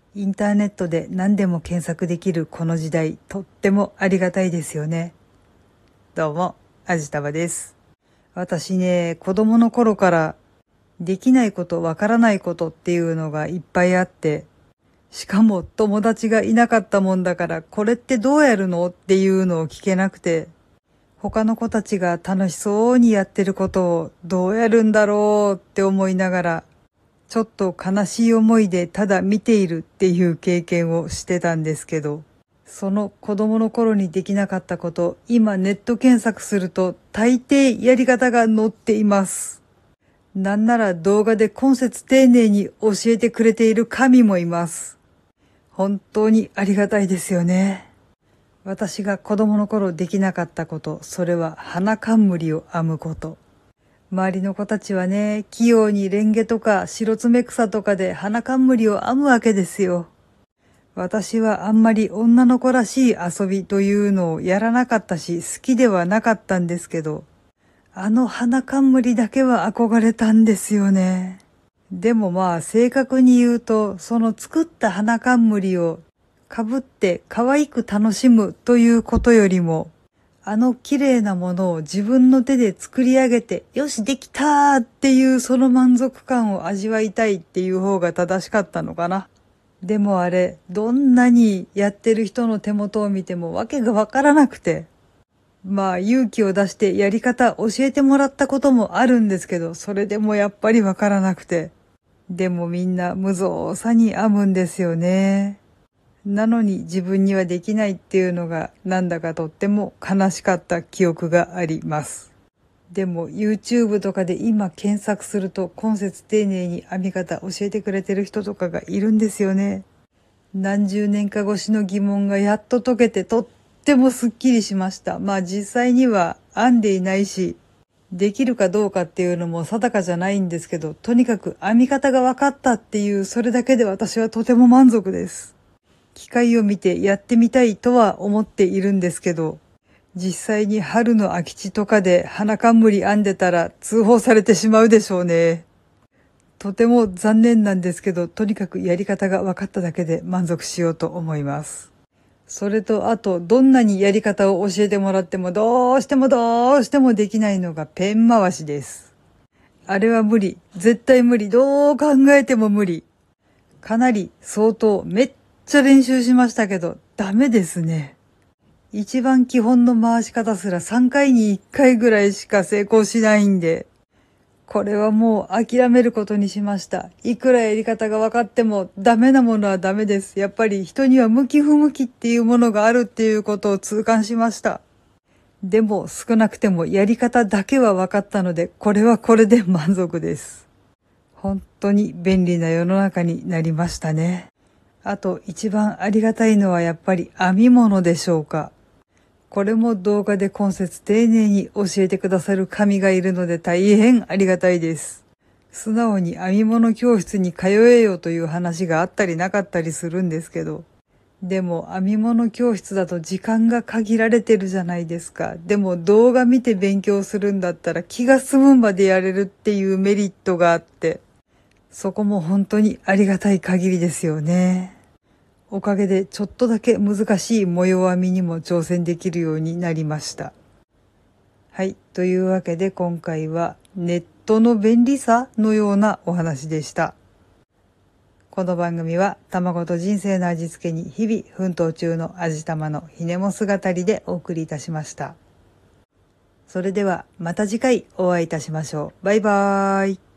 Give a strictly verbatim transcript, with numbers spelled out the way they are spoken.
インターネットで何でも検索できるこの時代、とってもありがたいですよね。どうも、あじたばです。私ね、子供の頃からできないこと、わからないことっていうのがいっぱいあって、しかも友達がいなかったもんだから、これってどうやるのっていうのを聞けなくて、他の子たちが楽しそうにやってることをどうやるんだろうって思いながら、ちょっと悲しい思いでただ見ているっていう経験をしてたんですけど、その子供の頃にできなかったこと、今ネット検索すると大抵やり方が載っています。なんなら動画で今節丁寧に教えてくれている神もいます。本当にありがたいですよね。私が子供の頃できなかったこと、それは花冠を編むこと。周りの子たちはね、器用にレンゲとか白爪草とかで花冠を編むわけですよ。私はあんまり女の子らしい遊びというのをやらなかったし、好きではなかったんですけど、あの花冠だけは憧れたんですよね。でもまあ正確に言うと、その作った花冠を被って可愛く楽しむということよりも、あの綺麗なものを自分の手で作り上げて、よしできたーっていうその満足感を味わいたいっていう方が正しかったのかな。でもあれ、どんなにやってる人の手元を見てもわけがわからなくて。まあ勇気を出してやり方教えてもらったこともあるんですけど、それでもやっぱりわからなくて。でもみんな無造作に編むんですよね。なのに自分にはできないっていうのがなんだかとっても悲しかった記憶があります。でも YouTube とかで今検索すると今節丁寧に編み方教えてくれてる人とかがいるんですよね。何十年か越しの疑問がやっと解けてとってもすっきりしました。まあ実際には編んでいないし、できるかどうかっていうのも定かじゃないんですけど、とにかく編み方が分かったっていうそれだけで私はとても満足です。機械を見てやってみたいとは思っているんですけど、実際に春の空き地とかで花冠編んでたら通報されてしまうでしょうね。とても残念なんですけど、とにかくやり方が分かっただけで満足しようと思います。それとあと、どんなにやり方を教えてもらってもどうしてもどうしてもできないのがペン回しです。あれは無理。絶対無理。どう考えても無理。かなり相当めっちゃ練習しましたけど、ダメですね。一番基本の回し方すらさんかいにいっかいぐらいしか成功しないんで、これはもう諦めることにしました。いくらやり方が分かってもダメなものはダメです。やっぱり人には向き不向きっていうものがあるっていうことを痛感しました。でも少なくてもやり方だけは分かったので、これはこれで満足です。本当に便利な世の中になりましたね。あと一番ありがたいのはやっぱり編み物でしょうか。これも動画で今節丁寧に教えてくださる神がいるので大変ありがたいです。素直に編み物教室に通えよという話があったりなかったりするんですけど、でも編み物教室だと時間が限られてるじゃないですか。でも動画見て勉強するんだったら気が済むまでやれるっていうメリットがあって、そこも本当にありがたい限りですよね。おかげでちょっとだけ難しい模様編みにも挑戦できるようになりました。はい。というわけで今回はネットの便利さのようなお話でした。この番組は卵と人生の味付けに日々奮闘中の味玉のひねも姿りでお送りいたしました。それではまた次回お会いいたしましょう。バイバーイ。